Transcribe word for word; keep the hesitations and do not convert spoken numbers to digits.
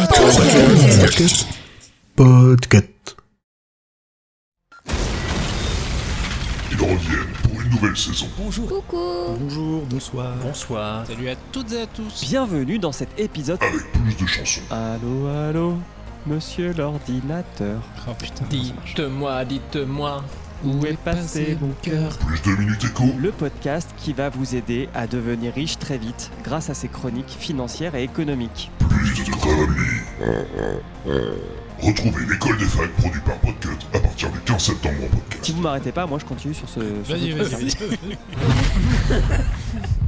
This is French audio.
Podcast. Podcast. Ils reviennent pour une nouvelle saison. Bonjour. Coucou. Bonjour, bonsoir. Bonsoir. Salut à toutes et à tous. Bienvenue dans cet épisode. Avec plus de chansons. Allô, allô, monsieur l'ordinateur. Oh putain. Dites-moi, dites-moi. Où est passé mon cœur? Plus de minutes écho. Le podcast qui va vous aider à devenir riche très vite grâce à ses chroniques financières et économiques. Plus de gravity. Retrouvez l'école des facs produit par Podcut à partir du quinze septembre en podcast. Si vous m'arrêtez pas, moi je continue sur ce. sur Vas-y, ce vas-y, truc. vas-y.